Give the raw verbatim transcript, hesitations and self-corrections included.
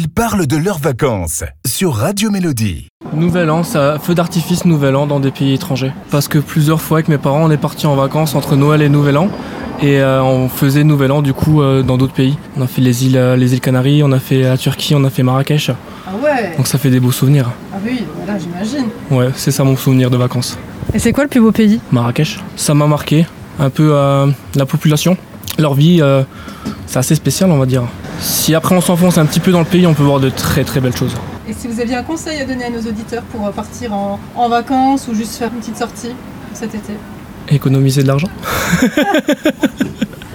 Ils parlent de leurs vacances sur Radio Mélodie. Nouvel an, ça, feu d'artifice Nouvel An dans des pays étrangers. Parce que plusieurs fois avec mes parents, on est partis en vacances entre Noël et Nouvel An. Et euh, on faisait Nouvel An du coup euh, dans d'autres pays. On a fait les îles, euh, les îles Canaries, on a fait la Turquie, on a fait Marrakech. Ah ouais. Donc ça fait des beaux souvenirs. Ah oui, là j'imagine. Ouais, c'est ça mon souvenir de vacances. Et c'est quoi le plus beau pays ? Marrakech, ça m'a marqué. Un peu euh, la population, leur vie, euh, c'est assez spécial on va dire. Si après on s'enfonce un petit peu dans le pays, on peut voir de très très belles choses. Et si vous aviez un conseil à donner à nos auditeurs pour partir en, en vacances ou juste faire une petite sortie cet été ? Économiser de l'argent.